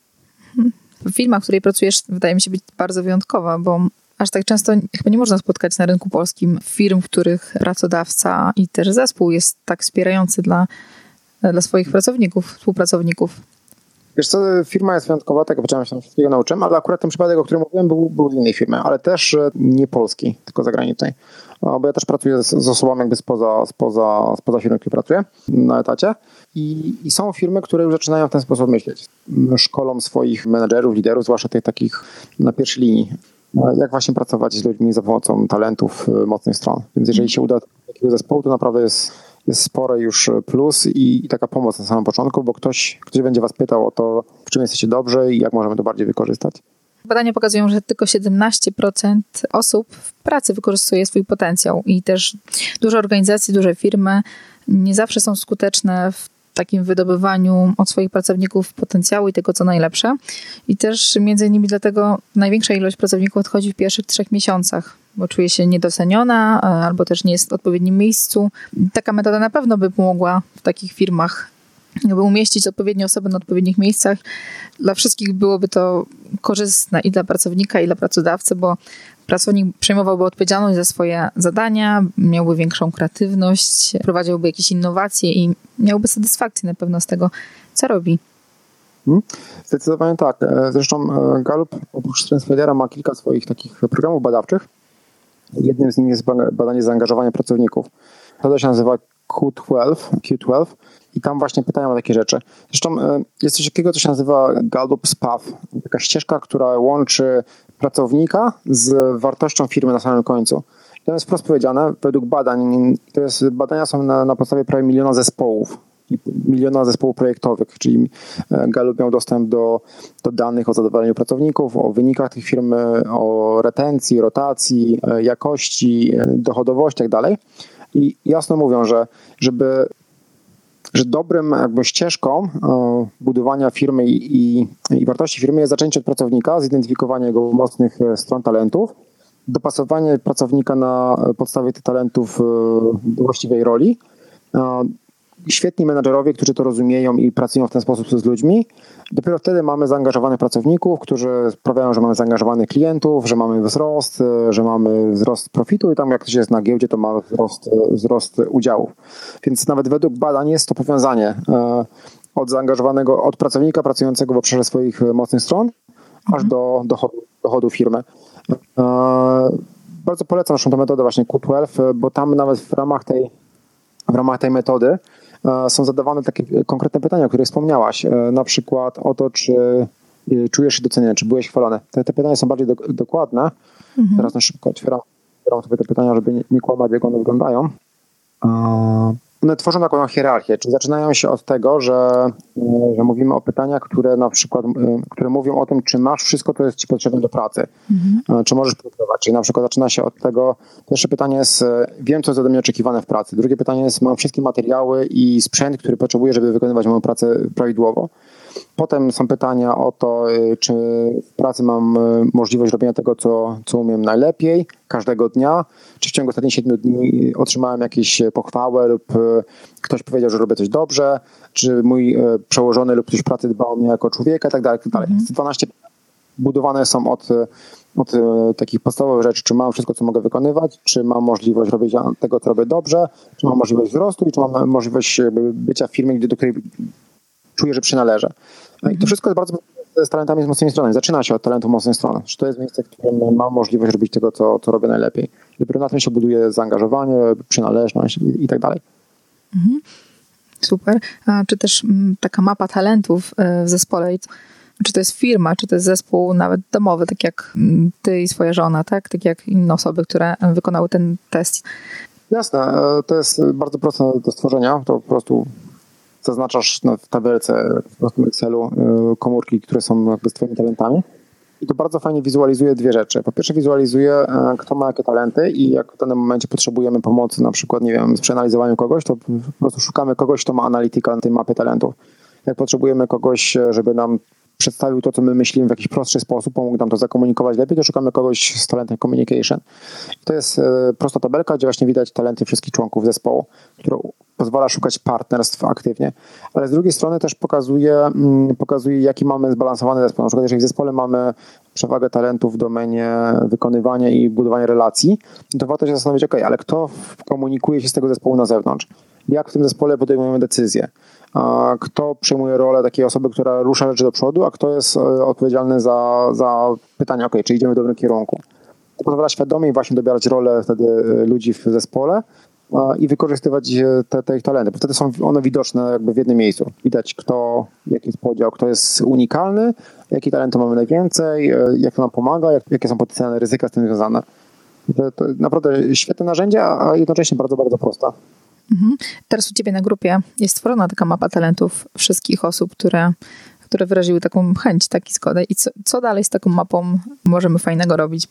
S1: Firma, w której pracujesz, wydaje mi się być bardzo wyjątkowa, bo aż tak często chyba nie można spotkać na rynku polskim firm, w których pracodawca i też zespół jest tak wspierający dla, dla swoich pracowników, współpracowników.
S2: Wiesz co, firma jest wyjątkowa, tak jak się tam wszystkiego nauczyłem, ale akurat ten przypadek, o którym mówiłem, był, był w innej firmie, ale też nie polskiej, tylko zagranicznej. Bo ja też pracuję z, z osobami jakby spoza, spoza, spoza firmy, w której pracuję na etacie I, i są firmy, które już zaczynają w ten sposób myśleć. Szkolą swoich menedżerów, liderów, zwłaszcza tych takich na pierwszej linii. Jak właśnie pracować z ludźmi za pomocą talentów, mocnych stron. Więc jeżeli się uda takiego zespołu, to naprawdę jest jest spory już plus i, i taka pomoc na samym początku, bo ktoś, ktoś będzie was pytał o to, w czym jesteście dobrzy i jak możemy to bardziej wykorzystać.
S1: Badania pokazują, że tylko siedemnaście procent osób w pracy wykorzystuje swój potencjał i też duże organizacje, duże firmy nie zawsze są skuteczne w takim wydobywaniu od swoich pracowników potencjału i tego, co najlepsze. I też między innymi dlatego największa ilość pracowników odchodzi w pierwszych trzech miesiącach, bo czuje się niedoceniona albo też nie jest w odpowiednim miejscu. Taka metoda na pewno by pomogła w takich firmach, aby umieścić odpowiednie osoby na odpowiednich miejscach. Dla wszystkich byłoby to korzystne i dla pracownika, i dla pracodawcy, bo pracownik przejmowałby odpowiedzialność za swoje zadania, miałby większą kreatywność, prowadziłby jakieś innowacje i miałby satysfakcję na pewno z tego, co robi.
S2: Zdecydowanie tak. Zresztą Gallup oprócz Strengthsfindera ma kilka swoich takich programów badawczych. Jednym z nich jest badanie zaangażowania pracowników. To się nazywa Q dwanaście, Q dwanaście i tam właśnie pytają o takie rzeczy. Zresztą jest coś takiego, co się nazywa Gallup's Path. Taka ścieżka, która łączy pracownika z wartością firmy na samym końcu. I to jest wprost powiedziane, według badań, to jest, badania są na, na podstawie prawie miliona zespołów. miliona zespołów projektowych, czyli Gallup miał dostęp do, do danych o zadowoleniu pracowników, o wynikach tych firm, o retencji, rotacji, jakości, dochodowości i tak dalej. I jasno mówią, że żeby że dobrym jakby ścieżką budowania firmy i, i, i wartości firmy jest zaczęcie od pracownika, zidentyfikowanie jego mocnych stron talentów, dopasowanie pracownika na podstawie tych talentów do właściwej roli. Świetni menadżerowie, którzy to rozumieją i pracują w ten sposób z ludźmi. Dopiero wtedy mamy zaangażowanych pracowników, którzy sprawiają, że mamy zaangażowanych klientów, że mamy wzrost, że mamy wzrost profitu i tam jak ktoś jest na giełdzie, to ma wzrost, wzrost udziałów. Więc nawet według badań jest to powiązanie od zaangażowanego, od pracownika pracującego w obszarze swoich mocnych stron, mhm. aż do dochodu, dochodu firmy. Bardzo polecam naszą tę metodę właśnie Q dwanaście, bo tam nawet w ramach tej w ramach tej metody są zadawane takie konkretne pytania, o których wspomniałaś. Na przykład o to, czy czujesz się doceniony, czy byłeś chwalony. Te, te pytania są bardziej do, dokładne. Mhm. Teraz na szybko otwieram, otwieram sobie te pytania, żeby nie, nie kłamać, jak one wyglądają. One tworzą taką hierarchię, czyli zaczynają się od tego, że, że mówimy o pytaniach, które na przykład, które mówią o tym, czy masz wszystko, co jest ci potrzebne do pracy, mhm. czy możesz pracować. Czyli na przykład zaczyna się od tego, pierwsze pytanie jest, wiem, co jest ode mnie oczekiwane w pracy. Drugie pytanie jest, mam wszystkie materiały i sprzęt, który potrzebuję, żeby wykonywać moją pracę prawidłowo. Potem są pytania o to, czy w pracy mam możliwość robienia tego, co, co umiem najlepiej, każdego dnia, czy w ciągu ostatnich siedmiu dni otrzymałem jakieś pochwałę lub ktoś powiedział, że robię coś dobrze, czy mój przełożony lub ktoś w pracy dba o mnie jako człowieka i tak dalej. dwanaście budowane są od, od takich podstawowych rzeczy, czy mam wszystko, co mogę wykonywać, czy mam możliwość robienia tego, co robię dobrze, czy mam możliwość wzrostu i czy mam możliwość bycia w firmie, do której czuję, że przynależę. I to wszystko jest bardzo z talentami z mocnymi stronami. Zaczyna się od talentów mocnej strony. Że to jest miejsce, w którym mam możliwość robić tego, co, co robię najlepiej. Dopiero na tym się buduje zaangażowanie, przynależność i, i tak dalej.
S1: Mhm. Super. A czy też m, taka mapa talentów w zespole, czy to jest firma, czy to jest zespół nawet domowy, tak jak ty i twoja żona, tak? Tak jak inne osoby, które wykonały ten test.
S2: Jasne. To jest bardzo proste do stworzenia. To po prostu zaznaczasz w tabelce, w prostu Excelu komórki, które są jakby z twoimi talentami i to bardzo fajnie wizualizuje dwie rzeczy. Po pierwsze wizualizuje, kto ma jakie talenty i jak w danym momencie potrzebujemy pomocy, na przykład, nie wiem, z przeanalizowaniu kogoś, to po prostu szukamy kogoś, kto ma analityka na tej mapie talentów. Jak potrzebujemy kogoś, żeby nam przedstawił to, co my myślimy w jakiś prostszy sposób, pomógł nam to zakomunikować lepiej, to szukamy kogoś z talentem communication. I to jest prosta tabelka, gdzie właśnie widać talenty wszystkich członków zespołu, która pozwala szukać partnerstw aktywnie. Ale z drugiej strony też pokazuje, pokazuje jaki mamy zbalansowany zespół. Na przykład jeżeli w zespole mamy przewagę talentów w domenie wykonywania i budowania relacji, to warto się zastanowić, ok, ale kto komunikuje się z tego zespołu na zewnątrz? Jak w tym zespole podejmujemy decyzje? Kto przyjmuje rolę takiej osoby, która rusza rzeczy do przodu, a kto jest odpowiedzialny za, za pytanie, ok, czy idziemy w dobrym kierunku? To pozwala świadomie właśnie dobierać rolę wtedy ludzi w zespole i wykorzystywać te, te ich talenty, bo wtedy są one widoczne jakby w jednym miejscu. Widać, kto, jaki jest podział, kto jest unikalny, jakie talenty mamy najwięcej, jak to nam pomaga, jak, jakie są potencjalne ryzyka z tym związane. To, to naprawdę świetne narzędzie, a jednocześnie bardzo, bardzo proste.
S1: Mhm. Teraz u Ciebie na grupie jest stworzona taka mapa talentów wszystkich osób, które, które wyraziły taką chęć, taki zgodę. I co, co dalej z taką mapą możemy fajnego robić?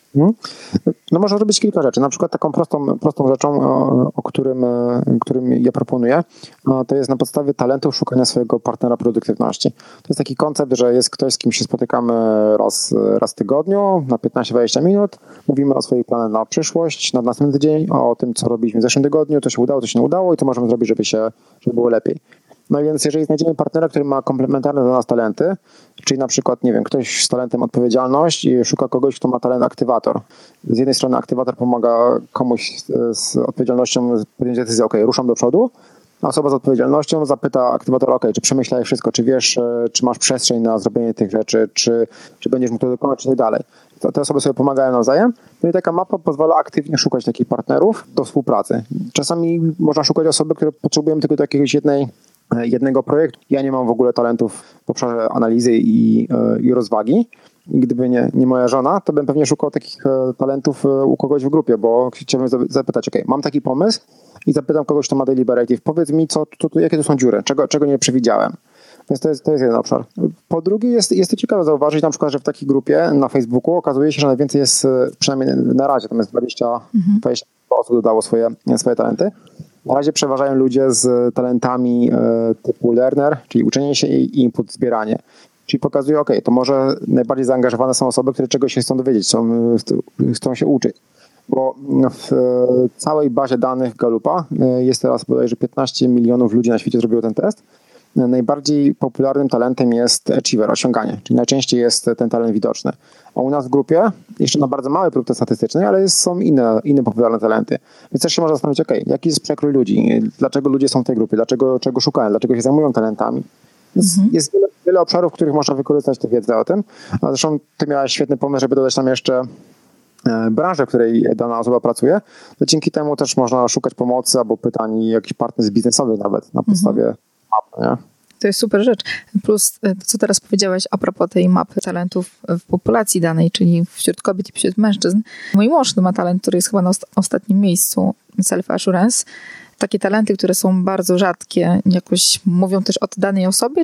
S2: No można robić kilka rzeczy. Na przykład taką prostą, prostą rzeczą, o, o którym, którym ja proponuję, to jest na podstawie talentów szukania swojego partnera produktywności. To jest taki koncept, że jest ktoś, z kim się spotykamy raz, raz w tygodniu na piętnaście dwadzieścia minut. Mówimy o swoich planach na przyszłość, na następny tydzień, o tym, co robiliśmy w zeszłym tygodniu, to się udało, to się nie udało i to możemy zrobić, żeby się, żeby było lepiej. No więc jeżeli znajdziemy partnera, który ma komplementarne do nas talenty, czyli na przykład, nie wiem, ktoś z talentem odpowiedzialność i szuka kogoś, kto ma talent aktywator. Z jednej strony aktywator pomaga komuś z, z odpowiedzialnością podjąć decyzję, ok, ruszam do przodu, a osoba z odpowiedzialnością zapyta aktywatora, ok, czy przemyślałeś wszystko, czy wiesz, czy masz przestrzeń na zrobienie tych rzeczy, czy, czy będziesz mógł to dokonać, czy tak dalej. To, te osoby sobie pomagają nawzajem. No i taka mapa pozwala aktywnie szukać takich partnerów do współpracy. Czasami można szukać osoby, które potrzebują tylko do jakiegoś jednej jednego projektu. Ja nie mam w ogóle talentów w obszarze analizy i, i rozwagi. I gdyby nie, nie moja żona, to bym pewnie szukał takich talentów u kogoś w grupie, bo chciałbym zapytać, ok, mam taki pomysł i zapytam kogoś, kto ma deliberative, powiedz mi, co, to, to, jakie to są dziury, czego, czego nie przewidziałem. Więc to jest, to jest jeden obszar. Po drugie, jest, jest to ciekawe zauważyć, na przykład, że w takiej grupie na Facebooku okazuje się, że najwięcej jest, przynajmniej na razie, tam jest dwadzieścia, mhm. dwadzieścia osób dodało swoje, swoje talenty. Na razie przeważają ludzie z talentami typu learner, czyli uczenie się i input, zbieranie. Czyli pokazuje, ok, to może najbardziej zaangażowane są osoby, które czegoś się chcą dowiedzieć, chcą, chcą się uczyć. Bo w całej bazie danych Gallupa jest teraz bodajże piętnaście milionów ludzi na świecie zrobiło ten test. Najbardziej popularnym talentem jest achiever, osiąganie, czyli najczęściej jest ten talent widoczny. A u nas w grupie, jeszcze na bardzo małej próbce statystycznej, ale są inne, inne popularne talenty. Więc też się można zastanowić, ok, jaki jest przekrój ludzi, dlaczego ludzie są w tej grupie, dlaczego czego szukają, dlaczego się zajmują talentami. Więc mhm. jest wiele, wiele obszarów, w których można wykorzystać tę wiedzę o tym. A zresztą ty miałeś świetny pomysł, żeby dodać tam jeszcze branżę, w której dana osoba pracuje, to dzięki temu też można szukać pomocy albo pytań jakichś partnerstw biznesowych nawet na podstawie mhm. mapy, nie?
S1: To jest super rzecz. Plus to, co teraz powiedziałaś a propos tej mapy talentów w populacji danej, czyli wśród kobiet i wśród mężczyzn. Mój mąż ma talent, który jest chyba na ost- ostatnim miejscu, self-assurance. Takie talenty, które są bardzo rzadkie, jakoś mówią też o danej osobie?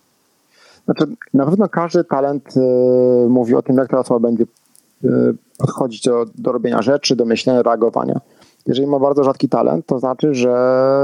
S2: Znaczy, na pewno każdy talent y, mówi o tym, jak ta osoba będzie y, podchodzić do, do robienia rzeczy, do myślenia, reagowania. Jeżeli ma bardzo rzadki talent, to znaczy, że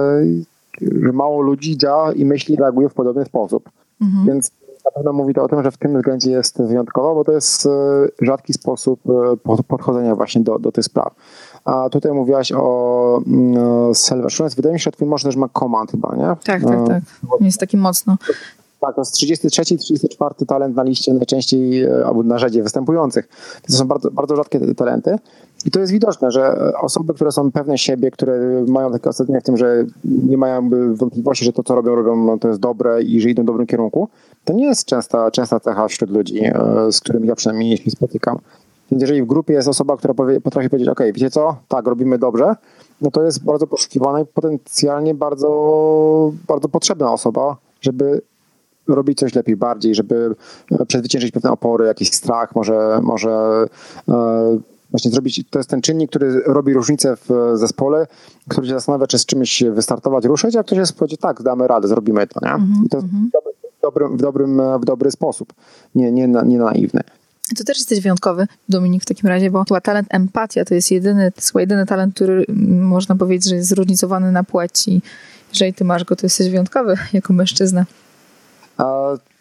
S2: że mało ludzi działa i myśli, reaguje w podobny sposób. Mhm. Więc na pewno mówi to o tym, że w tym względzie jest wyjątkowa, bo to jest rzadki sposób podchodzenia właśnie do, do tych spraw. A tutaj mówiłaś o self-assurance. Wydaje mi się, że twój mąż też ma command chyba, nie?
S1: Tak, tak, tak. Jest taki mocno.
S2: Tak, to jest trzydziesty trzeci i trzydziesty czwarty talent na liście najczęściej, albo na rzadzie występujących. To są bardzo, bardzo rzadkie talenty. I to jest widoczne, że osoby, które są pewne siebie, które mają takie ostatnie w tym, że nie mają wątpliwości, że to, co robią, robią, no to jest dobre i że idą w dobrym kierunku, to nie jest częsta, częsta cecha wśród ludzi, z którymi ja przynajmniej się spotykam. Więc jeżeli w grupie jest osoba, która powie, potrafi powiedzieć, ok, wiecie co, tak, robimy dobrze, no to jest bardzo poszukiwana i potencjalnie bardzo, bardzo potrzebna osoba, żeby robić coś lepiej, bardziej, żeby przezwyciężyć pewne opory, jakiś strach, może, może e, właśnie zrobić, to jest ten czynnik, który robi różnicę w zespole, który się zastanawia, czy z czymś wystartować, ruszyć, a ktoś jest powiedzieć, tak, damy radę, zrobimy to, nie? I to mm-hmm. w, dobrym, w, dobrym, w dobry sposób, nie, nie, nie naiwny.
S1: To też jesteś wyjątkowy, Dominik, w takim razie, bo chyba talent empatia to jest jedyny, to jest chyba jedyny talent, który można powiedzieć, że jest zróżnicowany na płeć i jeżeli ty masz go, to jesteś wyjątkowy jako mężczyzna.
S2: A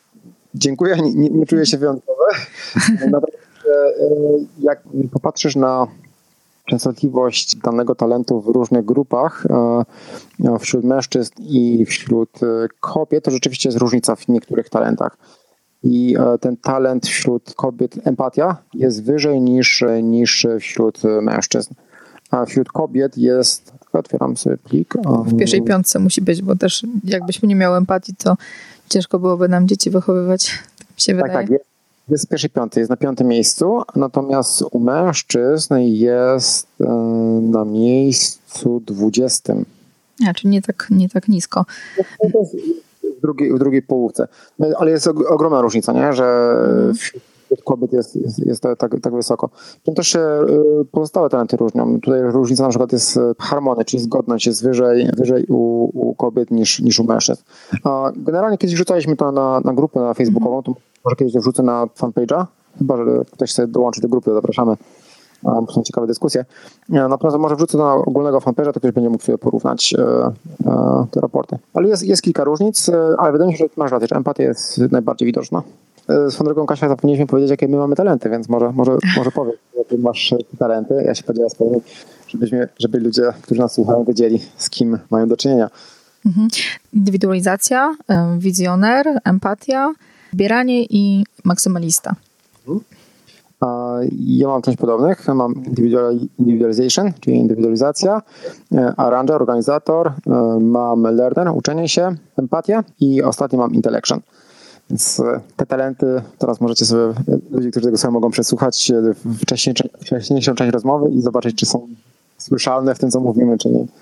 S2: Dziękuję, nie, nie, nie czuję się wyjątkowy. Natomiast jak popatrzysz na częstotliwość danego talentu w różnych grupach, wśród mężczyzn i wśród kobiet, to rzeczywiście jest różnica w niektórych talentach. I ten talent wśród kobiet, empatia, jest wyżej niż, niż wśród mężczyzn. A wśród kobiet jest, otwieram sobie plik.
S1: W pierwszej piątce musi być, bo też jakbyśmy nie miały empatii, to ciężko byłoby nam dzieci wychowywać, tak mi się wydaje.
S2: Tak, tak, jest, jest w pierwszej piątce, jest na piątym miejscu, natomiast u mężczyzn jest na miejscu dwudziestym.
S1: A, czyli nie tak, nie tak nisko.
S2: W drugiej, w drugiej połówce. Ale jest ogromna różnica, nie? Że wśród kobiet jest, jest, jest tak, tak wysoko. Tym też się pozostałe talenty różnią. Tutaj różnica na przykład jest harmonia, czyli zgodność jest wyżej, wyżej u, u kobiet niż, niż u mężczyzn. A generalnie kiedyś wrzucaliśmy to na, na grupę na facebookową, to może kiedyś to wrzucę na fanpage'a, chyba że ktoś chce dołączyć do grupy, zapraszamy. Bo są ciekawe dyskusje. Natomiast może wrzucę to na ogólnego fanpage'a, to ktoś będzie mógł sobie porównać e, e, te raporty. Ale jest, jest kilka różnic, ale wydaje mi się, że masz rację, że empatia jest najbardziej widoczna. Swoją drogą, Kasia, zapomnieliśmy powiedzieć, jakie my mamy talenty, więc może, może, może powiedz, jakie masz talenty. Ja się podzielę swoimi, żebyśmy, żeby ludzie, którzy nas słuchają, wiedzieli, z kim mają do czynienia.
S1: Mhm. Indywidualizacja, wizjoner, empatia, zbieranie i maksymalista. Mhm.
S2: Ja mam część podobnych. Mam individualization, czyli indywidualizacja, arranger, organizator, mam learner, uczenie się, empatia i ostatnio mam intellection. Więc te talenty teraz możecie sobie, ludzie, którzy tego sobie mogą przesłuchać wcześniejszą, wcześniejszą część rozmowy i zobaczyć, czy są słyszalne w tym, co mówimy, czy nie.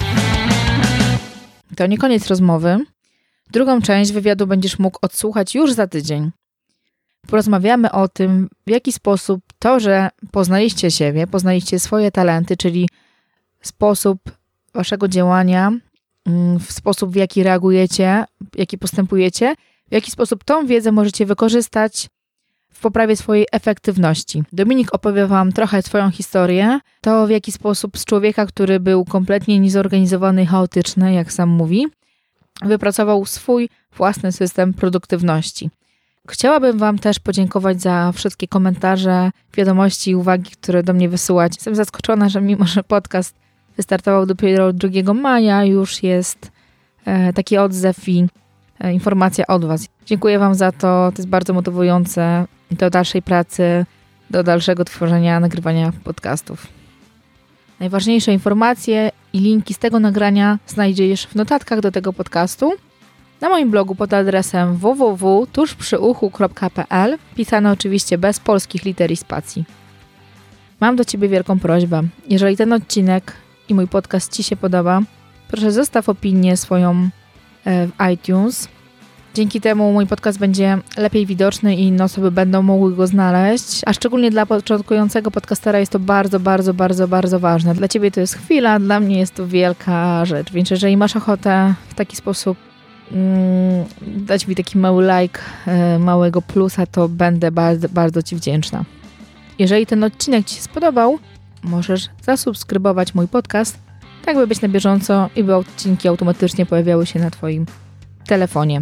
S1: To nie koniec rozmowy. Drugą część wywiadu będziesz mógł odsłuchać już za tydzień. Porozmawiamy o tym, w jaki sposób to, że poznaliście siebie, poznaliście swoje talenty, czyli sposób waszego działania, w sposób, w jaki reagujecie, w jaki postępujecie, w jaki sposób tą wiedzę możecie wykorzystać w poprawie swojej efektywności. Dominik opowie wam trochę swoją historię, to w jaki sposób z człowieka, który był kompletnie niezorganizowany i chaotyczny, jak sam mówi, wypracował swój własny system produktywności. Chciałabym wam też podziękować za wszystkie komentarze, wiadomości i uwagi, które do mnie wysyłać. Jestem zaskoczona, że mimo, że podcast wystartował dopiero drugiego maja, już jest e, taki odzew i e, informacja od was. Dziękuję wam za to, to jest bardzo motywujące do dalszej pracy, do dalszego tworzenia, nagrywania podcastów. Najważniejsze informacje i linki z tego nagrania znajdziesz w notatkach do tego podcastu na moim blogu pod adresem w w w kropka tużprzyuchu kropka p l, pisane oczywiście bez polskich liter i spacji. Mam do ciebie wielką prośbę. Jeżeli ten odcinek i mój podcast ci się podoba, proszę zostaw opinię swoją w iTunes. Dzięki temu mój podcast będzie lepiej widoczny i inne osoby będą mogły go znaleźć, a szczególnie dla początkującego podcastera jest to bardzo, bardzo, bardzo, bardzo ważne. Dla ciebie to jest chwila, dla mnie jest to wielka rzecz, więc jeżeli masz ochotę w taki sposób mm, dać mi taki mały like, y, małego plusa, to będę bardzo, bardzo ci wdzięczna. Jeżeli ten odcinek ci się spodobał, możesz zasubskrybować mój podcast, tak by być na bieżąco i by odcinki automatycznie pojawiały się na twoim telefonie.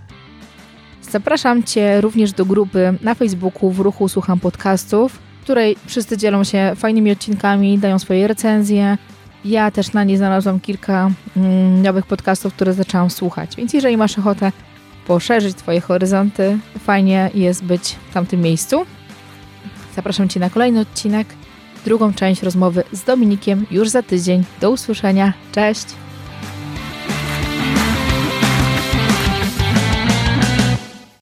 S1: Zapraszam cię również do grupy na Facebooku W Ruchu Słucham Podcastów, w której wszyscy dzielą się fajnymi odcinkami, dają swoje recenzje. Ja też na niej znalazłam kilka mm, nowych podcastów, które zaczęłam słuchać. Więc jeżeli masz ochotę poszerzyć twoje horyzonty, fajnie jest być w tamtym miejscu. Zapraszam cię na kolejny odcinek, drugą część rozmowy z Dominikiem już za tydzień. Do usłyszenia. Cześć!